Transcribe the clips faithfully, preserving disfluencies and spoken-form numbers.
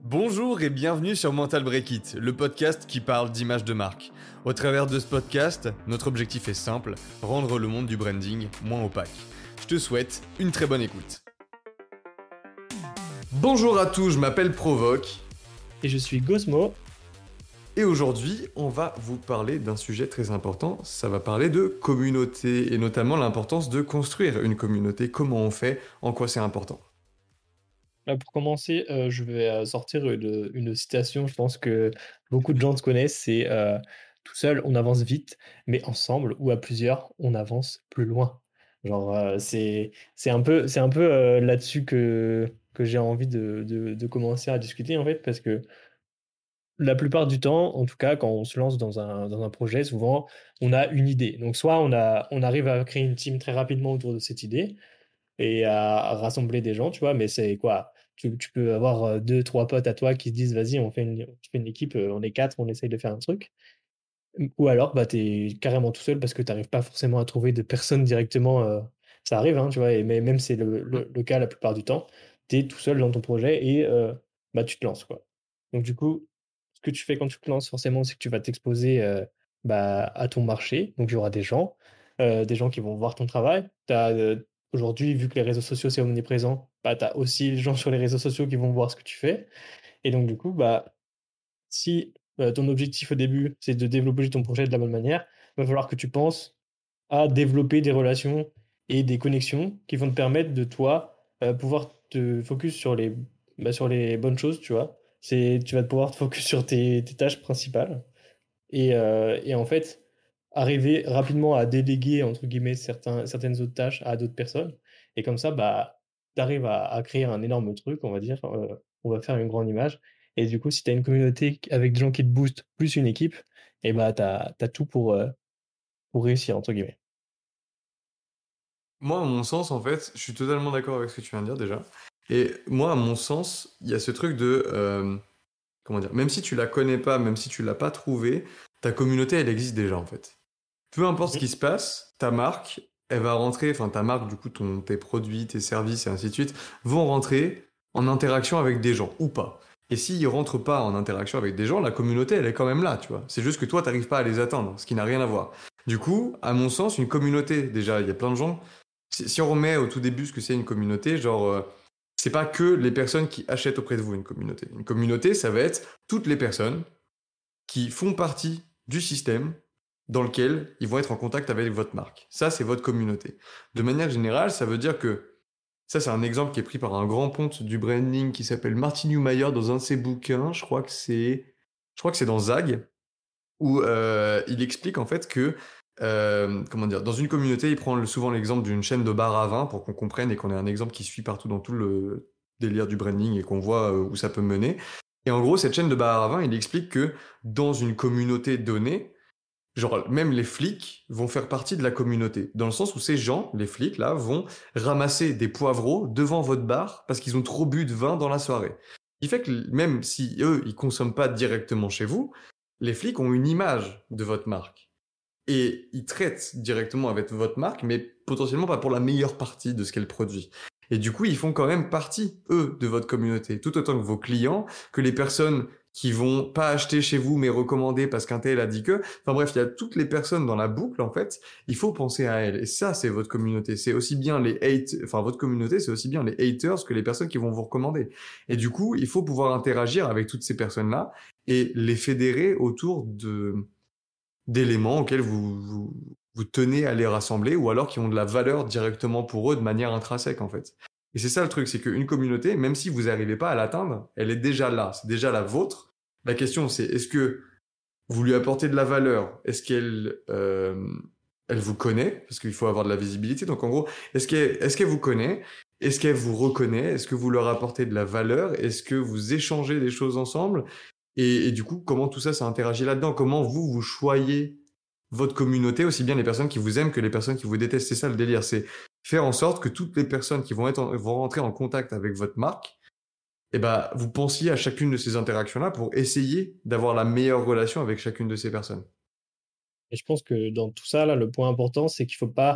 Bonjour et bienvenue sur Mental Break It, le podcast qui parle d'image de marque. Au travers de ce podcast, notre objectif est simple, rendre le monde du branding moins opaque. Je te souhaite une très bonne écoute. Bonjour à tous, je m'appelle Provoque. Et je suis Gosmo. Et aujourd'hui, on va vous parler d'un sujet très important, ça va parler de communauté, et notamment l'importance de construire une communauté, comment on fait, en quoi c'est important. Là, pour commencer, euh, je vais euh, sortir une, une citation, je pense que beaucoup de gens te connaissent, c'est euh, tout seul, on avance vite, mais ensemble ou à plusieurs, on avance plus loin. Genre, euh, c'est, c'est un peu, c'est un peu euh, là-dessus que, que j'ai envie de, de, de commencer à discuter, en fait, parce que la plupart du temps, en tout cas, quand on se lance dans un, dans un projet, souvent, on a une idée. Donc, soit on a, on arrive à créer une team très rapidement autour de cette idée, et à rassembler des gens, tu vois, mais c'est quoi? Tu, tu peux avoir euh, deux, trois potes à toi qui se disent, vas-y, on fait une, on fait une équipe, euh, on est quatre, on essaye de faire un truc. Ou alors, bah, t'es carrément tout seul parce que t'arrives pas forcément à trouver de personnes directement. euh, Ça arrive, hein, tu vois, et mais même c'est le, le, le cas la plupart du temps, t'es tout seul dans ton projet et euh, bah, tu te lances, quoi. Donc, du coup, ce que tu fais quand tu te lances, forcément, c'est que tu vas t'exposer euh, bah, à ton marché. Donc, il y aura des gens, euh, des gens qui vont voir ton travail. T'as, euh, aujourd'hui, vu que les réseaux sociaux, c'est omniprésent, bah, tu as aussi les gens sur les réseaux sociaux qui vont voir ce que tu fais. Et donc, du coup, bah, si euh, ton objectif au début, c'est de développer ton projet de la bonne manière, il va falloir que tu penses à développer des relations et des connexions qui vont te permettre de toi euh, pouvoir te focus sur les, bah, sur les bonnes choses, tu vois. C'est, tu vas pouvoir te focus sur tes, tes tâches principales et, euh, et en fait arriver rapidement à déléguer entre guillemets certains, certaines autres tâches à d'autres personnes. Et comme ça, bah, tu arrives à, à créer un énorme truc, on va dire. Euh, on va faire une grande image. Et du coup, si tu as une communauté avec des gens qui te boostent, plus une équipe, et bah, tu as, tout pour, euh, pour réussir, entre guillemets. Moi, à mon sens, en fait, je suis totalement d'accord avec ce que tu viens de dire déjà. Et moi, à mon sens, il y a ce truc de... euh, comment dire, même si tu la connais pas, même si tu l'as pas trouvée, ta communauté, elle existe déjà en fait. Peu importe ce Mhm. qui se passe, ta marque, elle va rentrer, enfin ta marque, du coup, ton, tes produits, tes services et ainsi de suite, vont rentrer en interaction avec des gens ou pas. Et s'ils rentrent pas en interaction avec des gens, la communauté, elle est quand même là, tu vois. C'est juste que toi, t'arrives pas à les atteindre, ce qui n'a rien à voir. Du coup, à mon sens, une communauté, déjà, il y a plein de gens. Si, si on remet au tout début ce que c'est une communauté, genre, euh, c'est pas que les personnes qui achètent auprès de vous une communauté. Une communauté, ça va être toutes les personnes qui font partie du système dans lequel ils vont être en contact avec votre marque. Ça, c'est votre communauté. De manière générale, ça veut dire que, ça c'est un exemple qui est pris par un grand ponte du branding qui s'appelle Martin Neumayer dans un de ses bouquins, je crois que c'est, je crois que c'est dans Zag, où euh, il explique en fait que, euh, comment dire, dans une communauté, il prend le- souvent l'exemple d'une chaîne de bar à vin pour qu'on comprenne et qu'on ait un exemple qui suit partout dans tout le délire du branding et qu'on voit euh, où ça peut mener. Et en gros, cette chaîne de bar à vin, il explique que dans une communauté donnée, genre même les flics vont faire partie de la communauté, dans le sens où ces gens, les flics là, vont ramasser des poivreaux devant votre bar parce qu'ils ont trop bu de vin dans la soirée. Ce qui fait que même si eux, ils consomment pas directement chez vous, les flics ont une image de votre marque. Et ils traitent directement avec votre marque, mais potentiellement pas pour la meilleure partie de ce qu'elle produit. Et du coup, ils font quand même partie, eux, de votre communauté, tout autant que vos clients, que les personnes qui vont pas acheter chez vous, mais recommander parce qu'un tel a dit que. Enfin bref, il y a toutes les personnes dans la boucle, en fait. Il faut penser à elles. Et ça, c'est votre communauté. C'est aussi bien les hate, enfin, votre communauté, c'est aussi bien les haters que les personnes qui vont vous recommander. Et du coup, il faut pouvoir interagir avec toutes ces personnes-là et les fédérer autour de, d'éléments auxquels vous, vous, vous tenez à les rassembler ou alors qui ont de la valeur directement pour eux de manière intrinsèque en fait. Et c'est ça le truc, c'est qu'une communauté, même si vous n'arrivez pas à l'atteindre, elle est déjà là, c'est déjà la vôtre. La question c'est est-ce que vous lui apportez de la valeur? Est-ce qu'elle euh, elle vous connaît? Parce qu'il faut avoir de la visibilité. Donc en gros, est-ce qu'elle, est-ce qu'elle vous connaît? Est-ce qu'elle vous reconnaît? Est-ce que vous leur apportez de la valeur? Est-ce que vous échangez des choses ensemble? Et, et du coup, comment tout ça, ça interagit là-dedans? Comment vous, vous choyez votre communauté, aussi bien les personnes qui vous aiment que les personnes qui vous détestent? C'est ça le délire, c'est faire en sorte que toutes les personnes qui vont, être en- vont rentrer en contact avec votre marque, eh ben, vous pensiez à chacune de ces interactions-là pour essayer d'avoir la meilleure relation avec chacune de ces personnes. Et je pense que dans tout ça, là, le point important, c'est qu'il faut pas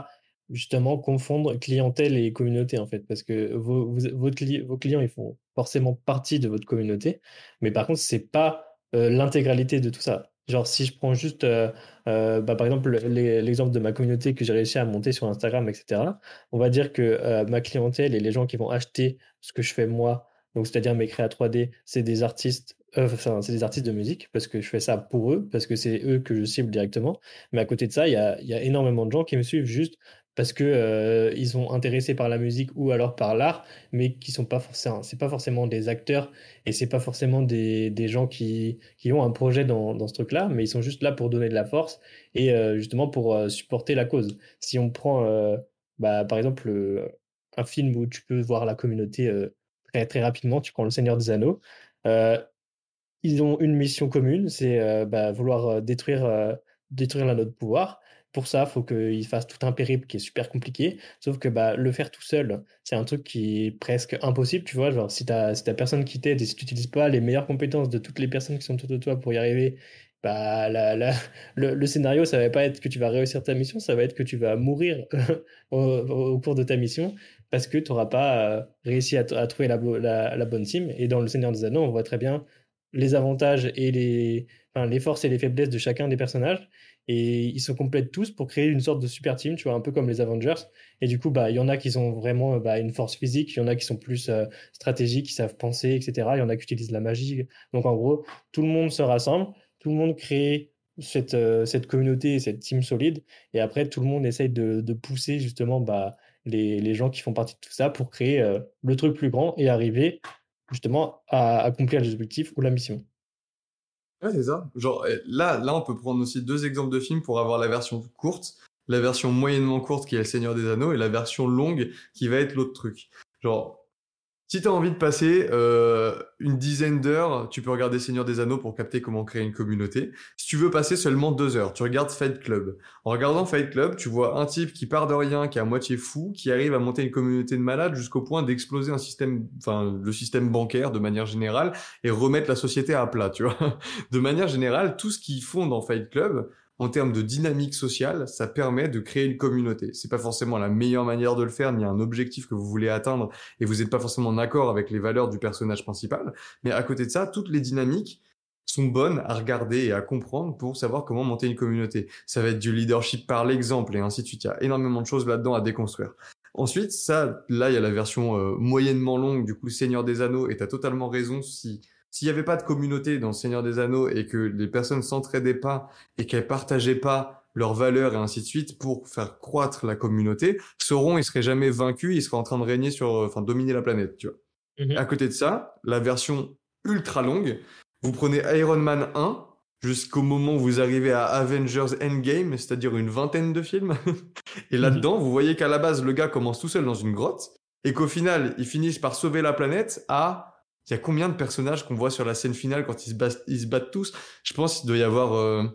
justement confondre clientèle et communauté, en fait. Parce que vos, vous- vos, cli- vos clients, ils font forcément partie de votre communauté, mais par contre, c'est pas euh, l'intégralité de tout ça. Genre, si je prends juste, euh, euh, bah, par exemple, les- l'exemple de ma communauté que j'ai réussi à monter sur Instagram, et cetera, on va dire que euh, ma clientèle et les gens qui vont acheter ce que je fais moi, donc c'est-à-dire mes créas trois D, c'est des artistes, euh, enfin, c'est des artistes de musique, parce que je fais ça pour eux, parce que c'est eux que je cible directement. Mais à côté de ça, il y a, il y a énormément de gens qui me suivent juste parce que euh, ils sont intéressés par la musique ou alors par l'art, mais qui sont pas forcément, c'est pas forcément des acteurs et c'est pas forcément des, des gens qui, qui ont un projet dans, dans ce truc-là, mais ils sont juste là pour donner de la force et euh, justement pour euh, supporter la cause. Si on prend, euh, bah, par exemple, euh, un film où tu peux voir la communauté euh, très, très rapidement, tu prends Le Seigneur des Anneaux. euh, Ils ont une mission commune, c'est euh, bah, vouloir euh, détruire, euh, détruire l'anneau de pouvoir. Pour ça, il faut qu'ils fassent tout un périple qui est super compliqué. Sauf que bah, le faire tout seul, c'est un truc qui est presque impossible, tu vois. Genre, si t'as, si t'as personne qui t'aide et si tu n'utilises pas les meilleures compétences de toutes les personnes qui sont autour de toi pour y arriver, bah, la, la- le, le scénario, ça va pas être que tu vas réussir ta mission, ça va être que tu vas mourir au, au cours de ta mission parce que tu n'auras pas euh, réussi à, t- à trouver la, bo- la, la bonne team. Et dans Le Seigneur des Anneaux, on voit très bien les avantages et les, enfin, les forces et les faiblesses de chacun des personnages. Et ils se complètent tous pour créer une sorte de super team, tu vois, un peu comme les Avengers. Et du coup, bah, il y en a qui ont vraiment bah, une force physique, il y en a qui sont plus euh, stratégiques, qui savent penser, et cetera. Il y en a qui utilisent la magie. Donc en gros, tout le monde se rassemble, tout le monde crée cette, euh, cette communauté, cette team solide. Et après, tout le monde essaye de, de pousser justement bah, les, les gens qui font partie de tout ça pour créer euh, le truc plus grand et arriver justement à accomplir les objectifs ou la mission. Ouais, c'est ça. Genre, euh, là, là, on peut prendre aussi deux exemples de films pour avoir la version courte, la version moyennement courte qui est Le Seigneur des Anneaux et la version longue qui va être l'autre truc. Genre, si tu as envie de passer euh, une dizaine d'heures, tu peux regarder Seigneur des Anneaux pour capter comment créer une communauté. Si tu veux passer seulement deux heures, tu regardes Fight Club. En regardant Fight Club, tu vois un type qui part de rien, qui est à moitié fou, qui arrive à monter une communauté de malades jusqu'au point d'exploser un système, enfin le système bancaire de manière générale et remettre la société à plat, tu vois. De manière générale, tout ce qu'ils font dans Fight Club, en termes de dynamique sociale, ça permet de créer une communauté. C'est pas forcément la meilleure manière de le faire, ni un objectif que vous voulez atteindre et vous n'êtes pas forcément d'accord avec les valeurs du personnage principal. Mais à côté de ça, toutes les dynamiques sont bonnes à regarder et à comprendre pour savoir comment monter une communauté. Ça va être du leadership par l'exemple et ainsi de suite. Il y a énormément de choses là-dedans à déconstruire. Ensuite, ça, là, il y a la version euh, moyennement longue, du coup, Seigneur des Anneaux, et t'as totalement raison. Si s'il n'y avait pas de communauté dans Seigneur des Anneaux et que les personnes s'entraidaient pas et qu'elles partageaient pas leurs valeurs et ainsi de suite pour faire croître la communauté, Sauron, il serait jamais vaincu, il serait en train de régner sur, euh, enfin, dominer la planète, tu vois. À Mhm. côté de ça, la version ultra longue, vous prenez Iron Man un jusqu'au moment où vous arrivez à Avengers Endgame, c'est-à-dire une vingtaine de films. Et Mhm. là-dedans, vous voyez qu'à la base, le gars commence tout seul dans une grotte et qu'au final, ils finissent par sauver la planète à... Il y a combien de personnages qu'on voit sur la scène finale quand ils se battent, ils se battent tous? Je pense qu'il doit y avoir euh...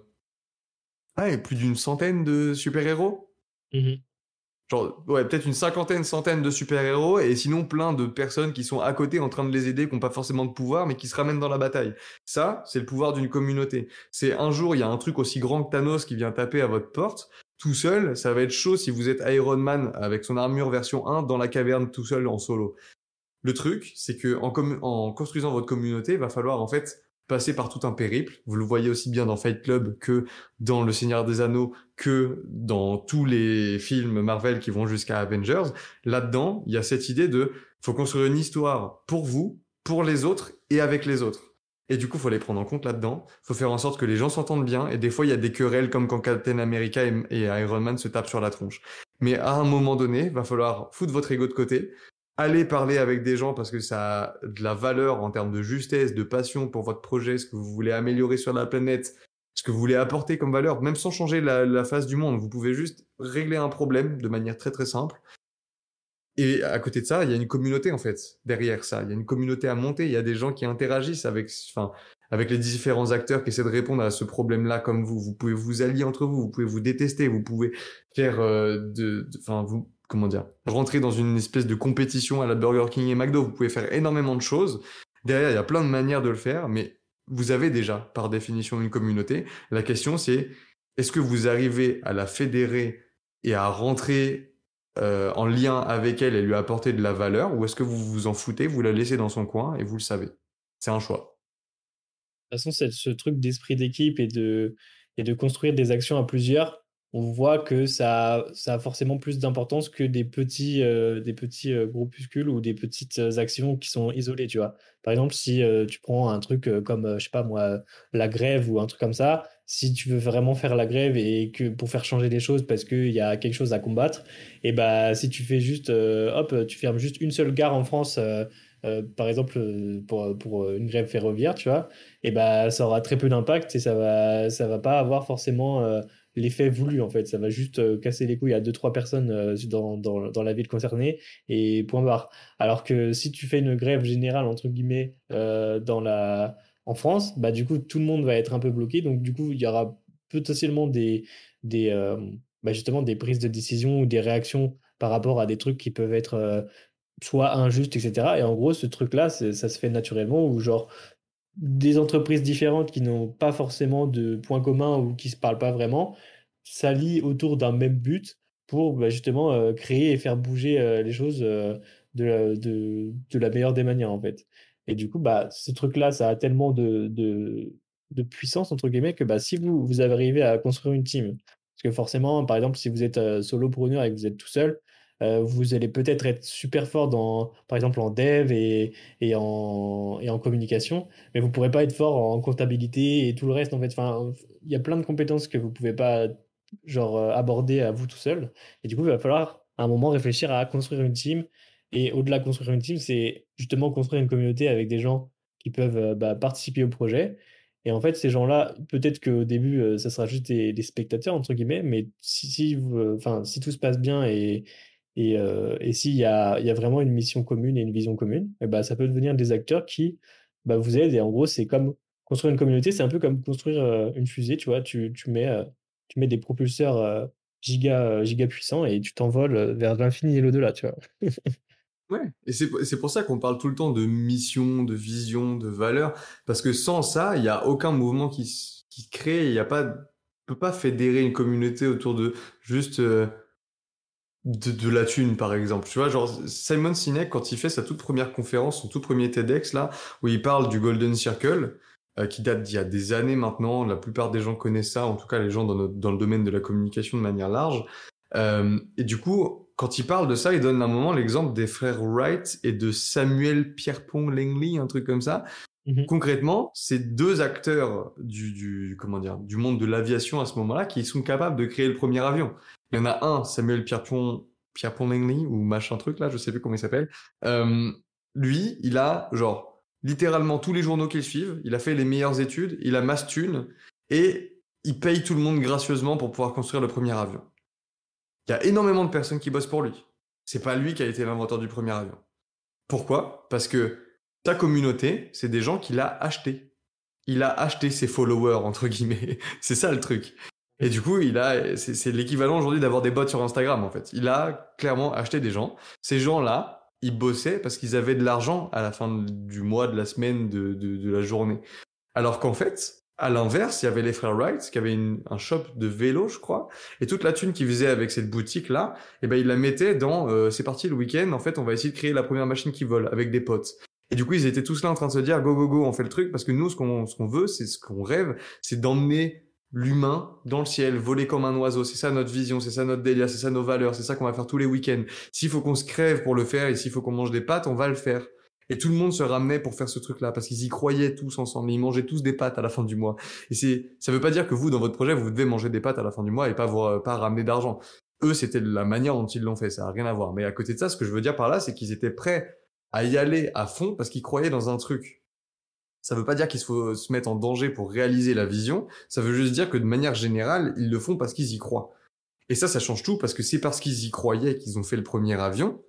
ah, et plus d'une centaine de super-héros. Mhm. Genre, ouais, peut-être une cinquantaine, centaine de super-héros, et sinon plein de personnes qui sont à côté en train de les aider, qui n'ont pas forcément de pouvoir, mais qui se ramènent dans la bataille. Ça, c'est le pouvoir d'une communauté. C'est un jour, il y a un truc aussi grand que Thanos qui vient taper à votre porte. Tout seul, ça va être chaud si vous êtes Iron Man avec son armure version un dans la caverne tout seul en solo. Le truc, c'est que en, com- en construisant votre communauté, il va falloir en fait passer par tout un périple. Vous le voyez aussi bien dans Fight Club que dans Le Seigneur des Anneaux, que dans tous les films Marvel qui vont jusqu'à Avengers. Là-dedans, il y a cette idée de faut construire une histoire pour vous, pour les autres et avec les autres. Et du coup, faut les prendre en compte là-dedans. Faut faire en sorte que les gens s'entendent bien. Et des fois, il y a des querelles comme quand Captain America et, et Iron Man se tapent sur la tronche. Mais à un moment donné, va falloir foutre votre ego de côté, allez parler avec des gens parce que ça a de la valeur en termes de justesse, de passion pour votre projet, ce que vous voulez améliorer sur la planète, ce que vous voulez apporter comme valeur, même sans changer la, la face du monde. Vous pouvez juste régler un problème de manière très très simple. Et à côté de ça, il y a une communauté en fait derrière ça. Il y a une communauté à monter. Il y a des gens qui interagissent avec, enfin, avec les différents acteurs qui essaient de répondre à ce problème-là comme vous. Vous pouvez vous allier entre vous. Vous pouvez vous détester. Vous pouvez faire euh, de, enfin, vous, comment dire, rentrer dans une espèce de compétition à la Burger King et McDo. Vous pouvez faire énormément de choses. Derrière, il y a plein de manières de le faire, mais vous avez déjà, par définition, une communauté. La question, c'est est-ce que vous arrivez à la fédérer et à rentrer euh, en lien avec elle et lui apporter de la valeur, ou est-ce que vous vous en foutez, vous la laissez dans son coin et vous le savez? C'est un choix. De toute façon, c'est ce truc d'esprit d'équipe et de, et de construire des actions à plusieurs, on voit que ça, ça a forcément plus d'importance que des petits, euh, des petits euh, groupuscules ou des petites euh, actions qui sont isolées, tu vois. Par exemple, si euh, tu prends un truc euh, comme, euh, je sais pas moi, la grève ou un truc comme ça, si tu veux vraiment faire la grève et que pour faire changer les choses parce qu'il y a quelque chose à combattre, et bah si tu fais juste, euh, hop, tu fermes juste une seule gare en France, euh, euh, par exemple, euh, pour, pour une grève ferroviaire, tu vois et bah, ça aura très peu d'impact et ça va, ça va pas avoir forcément euh, l'effet voulu en fait. Ça va juste euh, casser les couilles à deux, trois personnes euh, dans, dans, dans la ville concernée et point barre. Alors que si tu fais une grève générale, entre guillemets, euh, dans la... en France, bah, du coup, tout le monde va être un peu bloqué. Donc, du coup, il y aura potentiellement des, des, euh, bah, justement des prises de décision ou des réactions par rapport à des trucs qui peuvent être euh, soit injustes, et cetera. Et en gros, ce truc-là, c'est- ça se fait naturellement ou genre des entreprises différentes qui n'ont pas forcément de points communs ou qui se parlent pas vraiment s'allient autour d'un même but pour bah, justement euh, créer et faire bouger euh, les choses euh, de, la- de, de la meilleure des manières en fait. Et du coup, bah, ce truc-là, ça a tellement de, de, de puissance entre guillemets que bah, si vous, vous arrivez à construire une team, parce que forcément, par exemple, si vous êtes euh, solopreneur et que vous êtes tout seul, euh, vous allez peut-être être super fort dans, par exemple, en dev et, et en, et en communication mais vous pourrez pas être fort en comptabilité et tout le reste en fait. Enfin, il y a plein de compétences que vous pouvez pas genre euh, aborder à vous tout seul. Et du coup, il va falloir à un moment réfléchir à construire une team. Et au-delà de construire une team, c'est justement construire une communauté avec des gens qui peuvent euh, bah, participer au projet. Et en fait, ces gens-là, peut-être qu'au début, euh, ça sera juste des, des spectateurs, entre guillemets, mais si, si, vous- euh, enfin, si tout se passe bien et, et, euh, et s'il y a, il y a vraiment une mission commune et une vision commune, eh ben, ça peut devenir des acteurs qui bah, vous aident. Et en gros, c'est comme construire une communauté, c'est un peu comme construire euh, une fusée, tu vois. Tu, tu mets, euh, tu mets des propulseurs euh, giga, euh, giga puissants et tu t'envoles euh, vers l'infini et l'au-delà, tu vois. Ouais, et c'est c'est pour ça qu'on parle tout le temps de mission, de vision, de valeur, parce que sans ça, il y a aucun mouvement qui s- qui se crée, il y a pas, on peut pas fédérer une communauté autour de juste euh, de, de la thune, par exemple. Tu vois, genre Simon Sinek, quand il fait sa toute première conférence, son tout premier TEDx là, où il parle du Golden Circle, euh, qui date d'il y a des années maintenant, la plupart des gens connaissent ça, en tout cas les gens dans, notre- dans le domaine de la communication de manière large. Euh, et du coup, quand il parle de ça, il donne à un moment l'exemple des frères Wright et de Samuel Pierpont Langley, un truc comme ça. Mhm. Concrètement, c'est deux acteurs du, du, comment dire, du monde de l'aviation à ce moment-là qui sont capables de créer le premier avion. Il y en a un, Samuel Pierpont, Pierpont Langley, ou machin truc là, je sais plus comment il s'appelle. Euh, lui, il a, genre, littéralement tous les journaux qu'il suivent, il a fait les meilleures études, il a masse thune, et il paye tout le monde gracieusement pour pouvoir construire le premier avion. Il y a énormément de personnes qui bossent pour lui. C'est pas lui qui a été l'inventeur du premier avion. Pourquoi? Parce que ta communauté, c'est des gens qu'il a achetés. Il a acheté ses followers, entre guillemets. C'est ça le truc. Et du coup, il a, c'est, c'est l'équivalent aujourd'hui d'avoir des bots sur Instagram, en fait. Il a clairement acheté des gens. Ces gens-là, ils bossaient parce qu'ils avaient de l'argent à la fin du mois, de la semaine, de, de, de la journée. Alors qu'en fait, à l'inverse, il y avait les frères Wright qui avaient une- un shop de vélo, je crois, et toute la thune qu'ils faisaient avec cette boutique-là, eh ben ils la mettaient dans euh, c'est parti le week-end, en fait, on va essayer de créer la première machine qui vole avec des potes. Et du coup, ils étaient tous là en train de se dire go go go, on fait le truc parce que nous, ce qu'on ce qu'on veut, c'est ce qu'on rêve, c'est d'emmener l'humain dans le ciel, voler comme un oiseau. C'est ça notre vision, c'est ça notre délire, c'est ça nos valeurs, c'est ça qu'on va faire tous les week-ends. S'il faut qu'on se crève pour le faire et s'il faut qu'on mange des pâtes, on va le faire. Et tout le monde se ramenait pour faire ce truc-là parce qu'ils y croyaient tous ensemble. Ils mangeaient tous des pâtes à la fin du mois. Et c'est, ça veut pas dire que vous, dans votre projet, vous devez manger des pâtes à la fin du mois et pas vous, pas ramener d'argent. Eux, c'était la manière dont ils l'ont fait. Ça a rien à voir. Mais à côté de ça, ce que je veux dire par là, c'est qu'ils étaient prêts à y aller à fond parce qu'ils croyaient dans un truc. Ça veut pas dire qu'il faut se mettre en danger pour réaliser la vision. Ça veut juste dire que de manière générale, ils le font parce qu'ils y croient. Et ça, ça change tout parce que c'est parce qu'ils y croyaient qu'ils ont fait le premier avion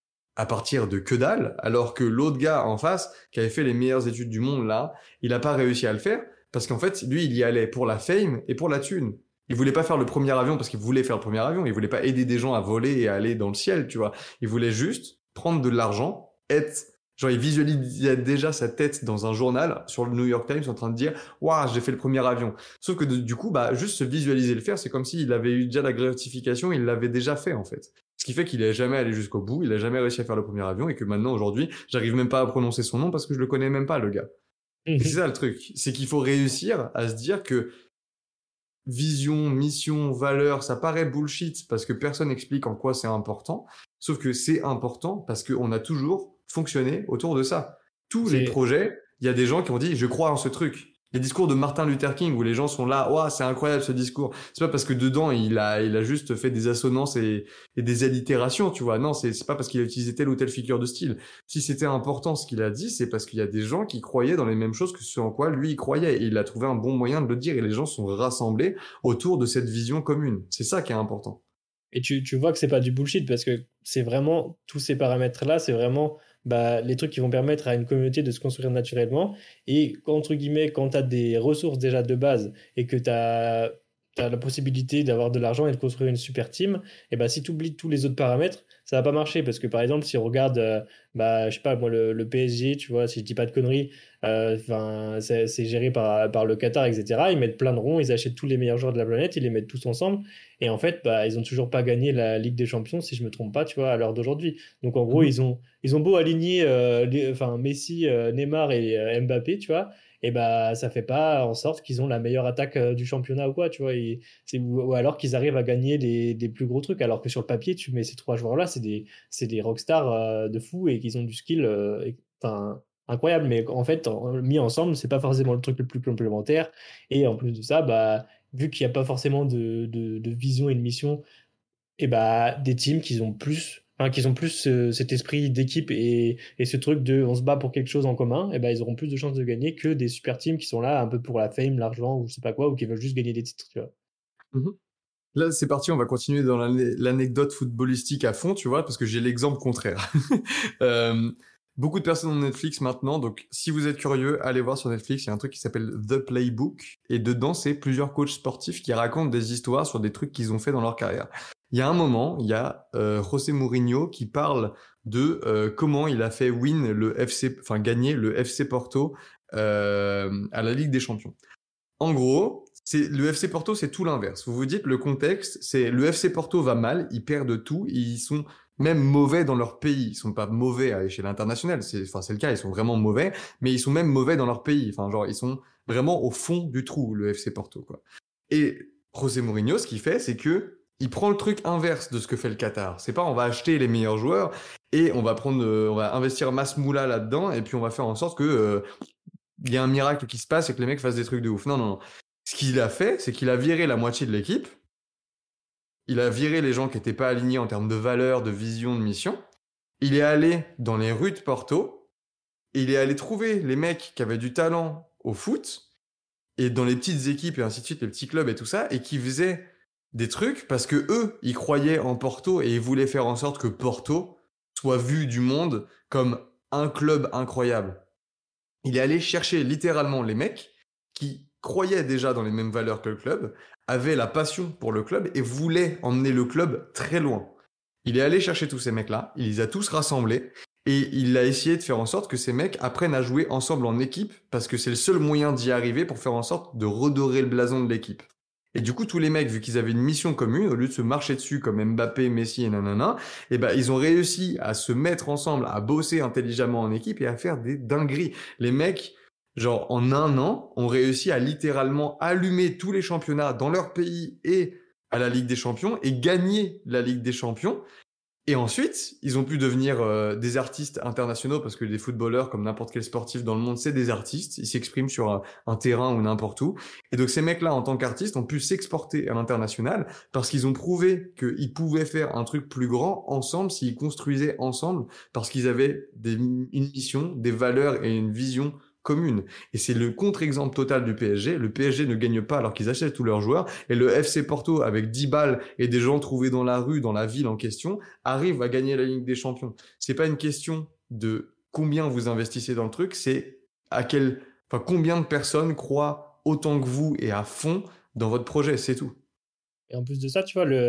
à partir de que dalle, alors que l'autre gars en face, qui avait fait les meilleures études du monde là, il a pas réussi à le faire, parce qu'en fait, lui, il y allait pour la fame et pour la thune. Il voulait pas faire le premier avion parce qu'il voulait faire le premier avion, il voulait pas aider des gens à voler et à aller dans le ciel, tu vois. Il voulait juste prendre de l'argent, être Genre, il visualisait déjà sa tête dans un journal sur le New York Times en train de dire waouh, j'ai fait le premier avion. Sauf que de- du coup, bah, juste se visualiser le faire, c'est comme s'il avait eu déjà la gratification, il l'avait déjà fait en fait. Ce qui fait qu'il est jamais allé jusqu'au bout, il a jamais réussi à faire le premier avion et que maintenant, aujourd'hui, j'arrive même pas à prononcer son nom parce que je le connais même pas, le gars. Et c'est Mhm. ça le truc, c'est qu'il faut réussir à se dire que vision, mission, valeur, ça paraît bullshit parce que personne n'explique en quoi c'est important, sauf que c'est important parce qu'on a toujours fonctionné autour de ça. Tous les C'est projets, il y a des gens qui ont dit je crois en ce truc. Les discours de Martin Luther King où les gens sont là, waouh, c'est incroyable ce discours. C'est pas parce que dedans il a, il a juste fait des assonances et, et des allitérations, tu vois. Non, c'est, c'est pas parce qu'il a utilisé telle ou telle figure de style. Si c'était important ce qu'il a dit, c'est parce qu'il y a des gens qui croyaient dans les mêmes choses que ce en quoi lui il croyait. Et il a trouvé un bon moyen de le dire et les gens sont rassemblés autour de cette vision commune. C'est ça qui est important. Et tu, tu vois que c'est pas du bullshit parce que c'est vraiment tous ces paramètres-là, c'est vraiment bah, les trucs qui vont permettre à une communauté de se construire naturellement. Et entre guillemets, quand tu as des ressources déjà de base et que tu as, la possibilité d'avoir de l'argent et de construire une super team, et bah, si tu oublies tous les autres paramètres, ça va pas marcher. Parce que par exemple, si on regarde, euh, bah, je sais pas, moi, le, le P S G, tu vois, si je dis pas de conneries, euh, 'fin, c'est c'est géré par, par le Qatar, et cetera. Ils mettent plein de ronds, ils achètent tous les meilleurs joueurs de la planète, ils les mettent tous ensemble. Et en fait, bah, ils ont toujours pas gagné la Ligue des Champions, si je me trompe pas, tu vois, à l'heure d'aujourd'hui. Donc en gros, Mhm. ils ont, ils ont beau aligner euh, les- enfin, Messi, euh, Neymar et euh, Mbappé, tu vois, et bah ça fait pas en sorte qu'ils ont la meilleure attaque euh, du championnat ou quoi, tu vois. Et c'est, ou, ou alors qu'ils arrivent à gagner des, des plus gros trucs, alors que sur le papier, tu mets ces trois joueurs-là, c'est des, c'est des rockstars euh, de fou et qu'ils ont du skill, euh, et- enfin, incroyable. Mais en fait, en- mis ensemble, c'est pas forcément le truc le plus complémentaire. Et en plus de ça, bah vu qu'il n'y a pas forcément de, de, de vision et de mission, et bah des teams qui ont plus, enfin, qui ont plus ce- cet esprit d'équipe et, et ce truc de on se bat pour quelque chose en commun, et bah ils auront plus de chances de gagner que des super teams qui sont là un peu pour la fame, l'argent ou je sais pas quoi, ou qui veulent juste gagner des titres, tu vois. Mhm. Là, c'est parti, on va continuer dans l'ane- l'anecdote footballistique à fond, tu vois, parce que j'ai l'exemple contraire. Euh, beaucoup de personnes ont Netflix maintenant, donc si vous êtes curieux, allez voir sur Netflix, il y a un truc qui s'appelle The Playbook, et dedans, c'est plusieurs coachs sportifs qui racontent des histoires sur des trucs qu'ils ont fait dans leur carrière. Il y a un moment, il y a euh, José Mourinho qui parle de euh, comment il a fait win le F C, enfin gagner le F C Porto euh, à la Ligue des Champions. En gros, c'est le F C Porto, c'est tout l'inverse. Vous vous dites le contexte, c'est le F C Porto va mal, ils perdent tout, ils sont même mauvais dans leur pays. Ils sont pas mauvais à l'échelle internationale, c'est enfin c'est le cas, ils sont vraiment mauvais, mais ils sont même mauvais dans leur pays. Enfin genre ils sont vraiment au fond du trou le F C Porto quoi. Et José Mourinho, ce qu'il fait, c'est que il prend le truc inverse de ce que fait le Qatar. C'est pas on va acheter les meilleurs joueurs et on va prendre, euh, on va investir masse moula là-dedans et puis on va faire en sorte que euh, il y a un miracle qui se passe et que les mecs fassent des trucs de ouf. Non, non, non. Ce qu'il a fait, c'est qu'il a viré la moitié de l'équipe. Il a viré les gens qui n'étaient pas alignés en termes de valeur, de vision, de mission. Il est allé dans les rues de Porto. Et il est allé trouver les mecs qui avaient du talent au foot et dans les petites équipes et ainsi de suite, les petits clubs et tout ça, et qui faisaient des trucs parce que eux, ils croyaient en Porto et ils voulaient faire en sorte que Porto soit vu du monde comme un club incroyable. Il est allé chercher littéralement les mecs qui croyaient déjà dans les mêmes valeurs que le club, avaient la passion pour le club et voulaient emmener le club très loin. Il est allé chercher tous ces mecs-là, il les a tous rassemblés et il a essayé de faire en sorte que ces mecs apprennent à jouer ensemble en équipe parce que c'est le seul moyen d'y arriver pour faire en sorte de redorer le blason de l'équipe. Et du coup, tous les mecs, vu qu'ils avaient une mission commune, au lieu de se marcher dessus comme Mbappé, Messi et nanana, eh ben, ils ont réussi à se mettre ensemble, à bosser intelligemment en équipe et à faire des dingueries. Les mecs, genre, en un an, ont réussi à littéralement allumer tous les championnats dans leur pays et à la Ligue des Champions et gagner la Ligue des Champions. Et ensuite, ils ont pu devenir euh, des artistes internationaux parce que les footballeurs, comme n'importe quel sportif dans le monde, c'est des artistes. Ils s'expriment sur un, un terrain ou n'importe où. Et donc ces mecs-là, en tant qu'artistes, ont pu s'exporter à l'international parce qu'ils ont prouvé qu'ils pouvaient faire un truc plus grand ensemble s'ils construisaient ensemble parce qu'ils avaient des, une mission, des valeurs et une vision commune. Et c'est le contre-exemple total du P S G. Le P S G ne gagne pas alors qu'ils achètent tous leurs joueurs. Et le F C Porto, avec dix balles et des gens trouvés dans la rue, dans la ville en question, arrive à gagner la Ligue des Champions. C'est pas une question de combien vous investissez dans le truc, c'est à quel, enfin, combien de personnes croient autant que vous et à fond dans votre projet, c'est tout. Et en plus de ça, tu vois, le,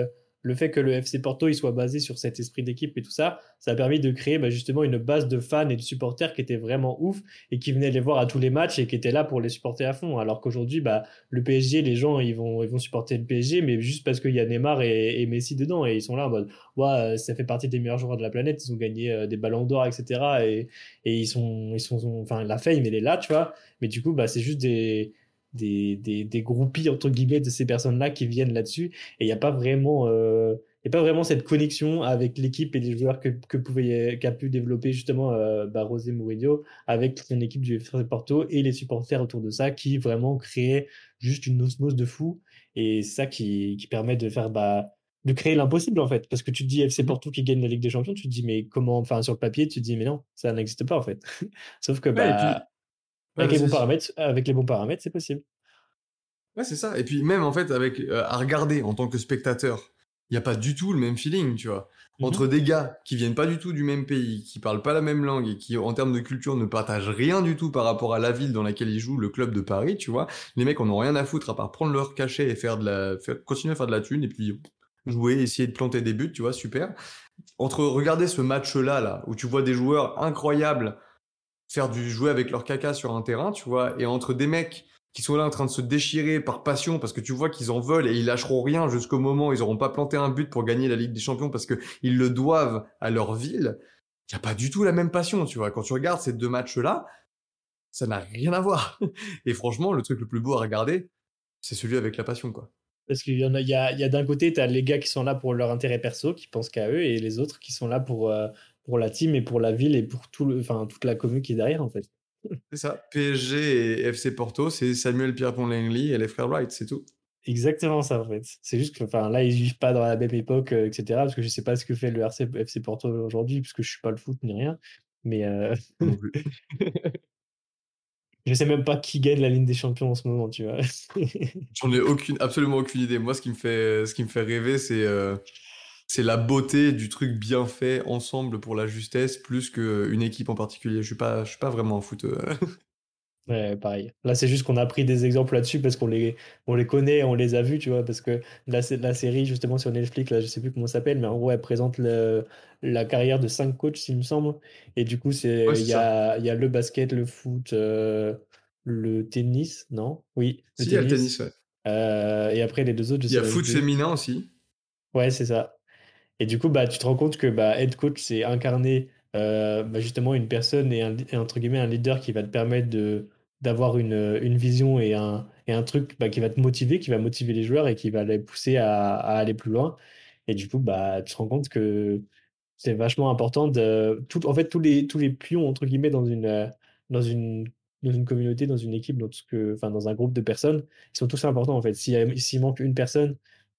le fait que le F C Porto il soit basé sur cet esprit d'équipe et tout ça, ça a permis de créer bah, justement une base de fans et de supporters qui était vraiment ouf et qui venaient les voir à tous les matchs et qui étaient là pour les supporter à fond. Alors qu'aujourd'hui, bah, le P S G, les gens ils vont, ils vont supporter le P S G, mais juste parce qu'il y a Neymar et, et Messi dedans et ils sont là en mode ouais, ça fait partie des meilleurs joueurs de la planète, ils ont gagné euh, des ballons d'or, et cetera. Et, et ils sont, ils sont, enfin, la fame, elle est là, tu vois. Mais du coup, bah, c'est juste des, des, des, des groupies, entre guillemets, de ces personnes-là qui viennent là-dessus. Et il n'y a pas vraiment, euh, il y a pas vraiment cette connexion avec l'équipe et les joueurs que, que pouvait, qu'a pu développer justement euh, bah, José Mourinho avec son équipe du F C Porto et les supporters autour de ça qui vraiment créaient juste une osmose de fou. Et c'est ça qui, qui permet de faire, bah, de créer l'impossible en fait. Parce que tu te dis F C Mhm. Porto qui gagne la Ligue des Champions, tu te dis mais comment, enfin sur le papier, tu te dis mais non, ça n'existe pas en fait. Sauf que Ouais, et puis, bah ouais, avec les vas-y, bons vas-y. paramètres, avec les bons paramètres, c'est possible. Ouais, c'est ça. Et puis même en fait, avec euh, à regarder en tant que spectateur, il n'y a pas du tout le même feeling, tu vois. Mhm. Entre des gars qui viennent pas du tout du même pays, qui parlent pas la même langue et qui, en termes de culture, ne partagent rien du tout par rapport à la ville dans laquelle ils jouent, le club de Paris, tu vois. Les mecs en ont rien à foutre à part prendre leur cachet et faire de la, faire- continuer à faire de la thune et puis jouer, essayer de planter des buts, tu vois, super. Entre regarder ce match-là, là, où tu vois des joueurs incroyables faire du jouer avec leur caca sur un terrain, tu vois, et entre des mecs qui sont là en train de se déchirer par passion parce que tu vois qu'ils en veulent et ils lâcheront rien jusqu'au moment où ils n'auront pas planté un but pour gagner la Ligue des Champions parce que ils le doivent à leur ville, il n'y a pas du tout la même passion, tu vois. Quand tu regardes ces deux matchs-là, ça n'a rien à voir. Et franchement, le truc le plus beau à regarder, c'est celui avec la passion, quoi. Parce qu'il y en a, il y a, il y a d'un côté, tu as les gars qui sont là pour leur intérêt perso, qui pensent qu'à eux, et les autres qui sont là pour, euh, pour la team et pour la ville et pour tout le, enfin, toute la commune qui est derrière, en fait. C'est ça. P S G et F C Porto, c'est Samuel Pierre-Pont-Langley et les frères Wright, c'est tout. Exactement ça, en fait. C'est juste que, enfin, là, ils vivent pas dans la même époque, euh, et cetera. Parce que je sais pas ce que fait le R C F C Porto aujourd'hui, parce que je suis pas le foot ni rien. Mais euh, Moi non plus. je sais même pas qui gagne la Ligue des Champions en ce moment, tu vois. J'en ai aucune, absolument aucune idée. Moi, ce qui me fait, ce qui me fait rêver, c'est euh, c'est la beauté du truc bien fait ensemble pour la justesse plus qu'une équipe en particulier. Je suis pas, je suis pas vraiment un foot. euh. Ouais, pareil. Là, c'est juste qu'on a pris des exemples là-dessus parce qu'on les, on les connaît, on les a vus, tu vois, parce que la, sé- la série, justement, sur Netflix, là, je sais plus comment ça s'appelle, mais en gros, elle présente le- la carrière de cinq coachs, s'il me semble. Et du coup, Ouais, c'est, il c'est y ça. a, il y a le basket, le foot, euh, le tennis, non? Oui, le Si, il y a le tennis. tennis, ouais. Euh, et après, les deux autres, je Il y sais a même foot plus. féminin aussi. Ouais, c'est ça. Et du coup, bah, tu te rends compte que bah, head coach, c'est incarner euh, bah, justement une personne et, un, et entre guillemets un leader qui va te permettre de d'avoir une, une vision et un, et un truc bah, qui va te motiver, qui va motiver les joueurs et qui va les pousser à, à aller plus loin. Et du coup, bah, tu te rends compte que c'est vachement important de tout, en fait, tous les, tous les pions, entre guillemets, dans une, euh, dans une, dans une communauté, dans une équipe, dans tout ce que, enfin, dans un groupe de personnes, ils sont tous importants, en fait. S'il, s'il manque une personne,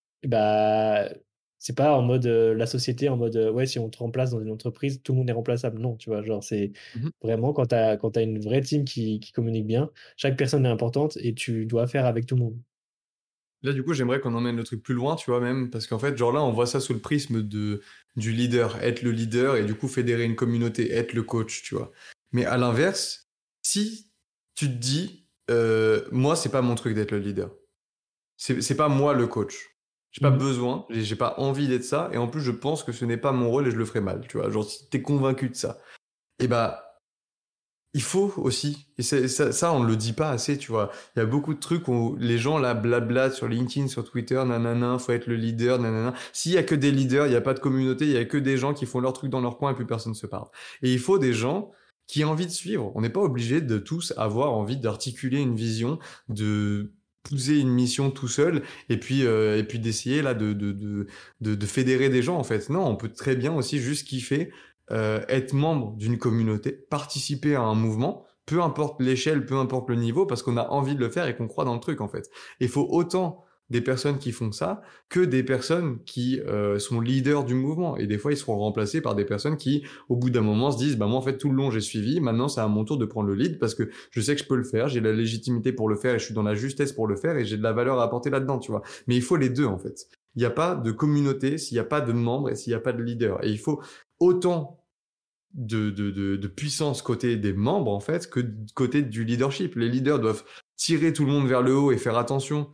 bah, c'est pas en mode euh, la société, en mode euh, ouais, si on te remplace dans une entreprise, tout le monde est remplaçable. Non, tu vois, genre, c'est Mhm. vraiment quand tu as, quand t'as une vraie team qui, qui communique bien, chaque personne est importante et tu dois faire avec tout le monde. Là, du coup, j'aimerais qu'on emmène le truc plus loin, tu vois, même, parce qu'en fait, genre là, on voit ça sous le prisme de, du leader, être le leader et du coup fédérer une communauté, être le coach, tu vois. Mais à l'inverse, si tu te dis, euh, moi, c'est pas mon truc d'être le leader. C'est c'est pas moi le coach. J'ai pas Mhm. besoin, j'ai j'ai pas envie d'être ça, et en plus, je pense que ce n'est pas mon rôle et je le ferai mal, tu vois. Genre, si t'es convaincu de ça, et bah, il faut aussi, et c'est- ça, ça, on le dit pas assez, tu vois. Il y a beaucoup de trucs où les gens là blabla sur LinkedIn, sur Twitter, nanana, faut être le leader, nanana. S'il y a que des leaders, il y a pas de communauté, il y a que des gens qui font leur truc dans leur coin et plus personne se parle. Et il faut des gens qui ont envie de suivre. On n'est pas obligé de tous avoir envie d'articuler une vision, de pousser une mission tout seul et puis euh, et puis d'essayer là de de, de de de fédérer des gens en fait. Non, on peut très bien aussi juste kiffer euh, être membre d'une communauté, participer à un mouvement, peu importe l'échelle, peu importe le niveau, parce qu'on a envie de le faire et qu'on croit dans le truc en fait. Il faut autant des personnes qui font ça que des personnes qui euh, sont leaders du mouvement. Et des fois, ils seront remplacés par des personnes qui, au bout d'un moment, se disent, bah moi en fait tout le long j'ai suivi, maintenant c'est à mon tour de prendre le lead parce que je sais que je peux le faire, j'ai la légitimité pour le faire et je suis dans la justesse pour le faire et j'ai de la valeur à apporter là-dedans, tu vois. Mais il faut les deux en fait. Il n'y a pas de communauté s'il n'y a pas de membres et s'il n'y a pas de leader. Et il faut autant de, de, de, de puissance côté des membres, en fait, que côté du leadership. Les leaders doivent tirer tout le monde vers le haut et faire attention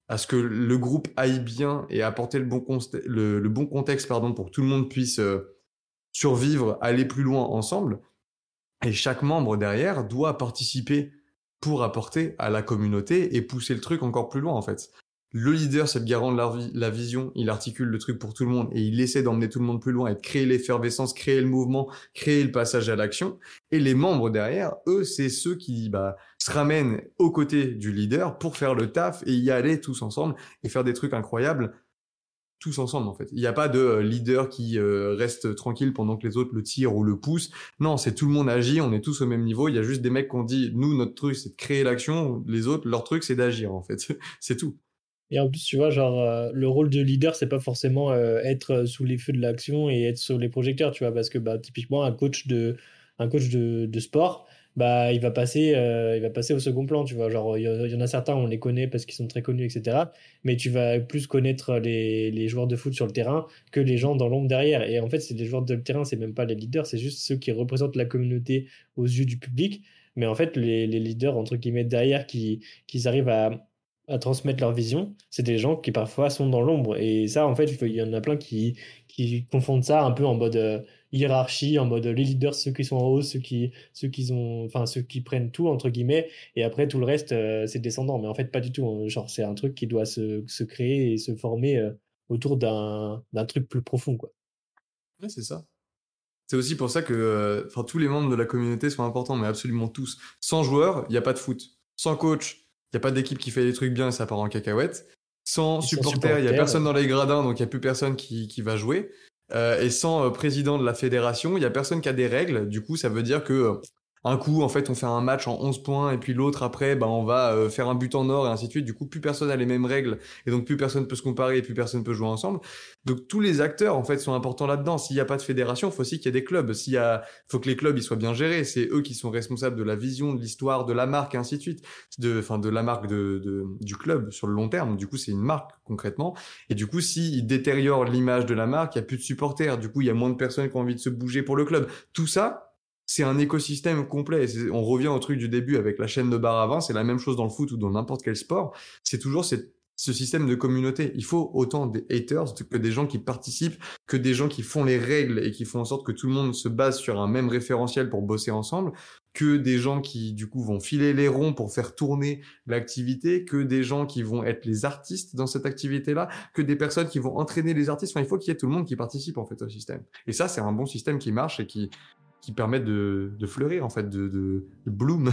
à ce que le groupe aille bien et apporter le bon, const- le, le bon contexte pardon, pour que tout le monde puisse euh, survivre, aller plus loin ensemble. Et chaque membre derrière doit participer pour apporter à la communauté et pousser le truc encore plus loin en fait. Le leader, c'est le garant de la, vi- la vision, il articule le truc pour tout le monde et il essaie d'emmener tout le monde plus loin et de créer l'effervescence, créer le mouvement, créer le passage à l'action. Et les membres derrière, eux, c'est ceux qui bah, se ramènent aux côtés du leader pour faire le taf et y aller tous ensemble et faire des trucs incroyables tous ensemble en fait. Il n'y a pas de euh, leader qui euh, reste tranquille pendant que les autres le tirent ou le poussent. Non, c'est tout le monde agit, on est tous au même niveau. Il y a juste des mecs qui ont dit, nous, notre truc, c'est de créer l'action. Les autres, leur truc, c'est d'agir en fait. C'est tout. Et en plus, tu vois, genre, euh, le rôle de leader, c'est pas forcément euh, être euh, sous les feux de l'action et être sur les projecteurs, tu vois, parce que bah, typiquement, un coach de, un coach de, de sport, bah, il va passer, euh, il va passer au second plan, tu vois. Genre, il y, en il y en a certains, on les connaît parce qu'ils sont très connus, et cetera. Mais tu vas plus connaître les, les joueurs de foot sur le terrain que les gens dans l'ombre derrière. Et en fait, c'est les joueurs de terrain, c'est même pas les leaders, c'est juste ceux qui représentent la communauté aux yeux du public. Mais en fait, les, les leaders, entre guillemets, derrière, qui, qui arrivent à à transmettre leur vision, c'est des gens qui parfois sont dans l'ombre. Et ça, en fait, il y en a plein qui, qui confondent ça un peu en mode euh, hiérarchie, en mode euh, les leaders, ceux qui sont en haut, ceux qui, ceux qui ont, enfin, ceux qui prennent tout, entre guillemets, et après tout le reste, euh, c'est descendant. Mais en fait, pas du tout, hein. Genre, c'est un truc qui doit se, se créer et se former euh, autour d'un, d'un truc plus profond, quoi. Ouais, c'est ça. C'est aussi pour ça que euh, enfin, tous les membres de la communauté sont importants, mais absolument tous. Sans joueurs, il n'y a pas de foot. Sans coach, il n'y a pas d'équipe qui fait des trucs bien et ça part en cacahuète. Sans Et sans supporters, il n'y a supporters, personne dans les gradins, donc il n'y a plus personne qui, qui va jouer. Euh, et sans euh, président de la fédération, il n'y a personne qui a des règles. Du coup, ça veut dire que euh, un coup, en fait, on fait un match en onze points, et puis l'autre, après, bah, on va euh, faire un but en or, et ainsi de suite. Du coup, plus personne a les mêmes règles, et donc plus personne peut se comparer, et plus personne peut jouer ensemble. Donc tous les acteurs en fait sont importants là-dedans. S'il n'y a pas de fédération, il faut aussi qu'il y ait des clubs. S'il y a, faut que les clubs ils soient bien gérés. C'est eux qui sont responsables de la vision, de l'histoire, de la marque et ainsi de suite. De, enfin de la marque de, de, du club sur le long terme. Du coup c'est une marque concrètement. Et du coup s'ils détériorent l'image de la marque, il y a plus de supporters. Du coup il y a moins de personnes qui ont envie de se bouger pour le club. Tout ça. C'est un écosystème complet. C'est- On revient au truc du début avec la chaîne de bar à vin. C'est la même chose dans le foot ou dans n'importe quel sport. C'est toujours cette ce système de communauté. Il faut autant des haters que des gens qui participent, que des gens qui font les règles et qui font en sorte que tout le monde se base sur un même référentiel pour bosser ensemble, que des gens qui, du coup, vont filer les ronds pour faire tourner l'activité, que des gens qui vont être les artistes dans cette activité-là, que des personnes qui vont entraîner les artistes. Enfin, il faut qu'il y ait tout le monde qui participe, en fait, au système. Et ça, c'est un bon système qui marche et qui, qui permet de, de fleurir, en fait, de, de, de bloom.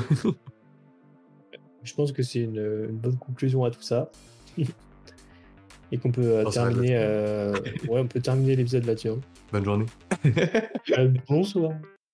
je pense que c'est une, une bonne conclusion à tout ça. Et qu'on peut euh, Oh, ça reste terminer, là-dessus. euh, ouais, on peut terminer l'épisode là-dessus, hein. Bonne journée. Euh, bonsoir.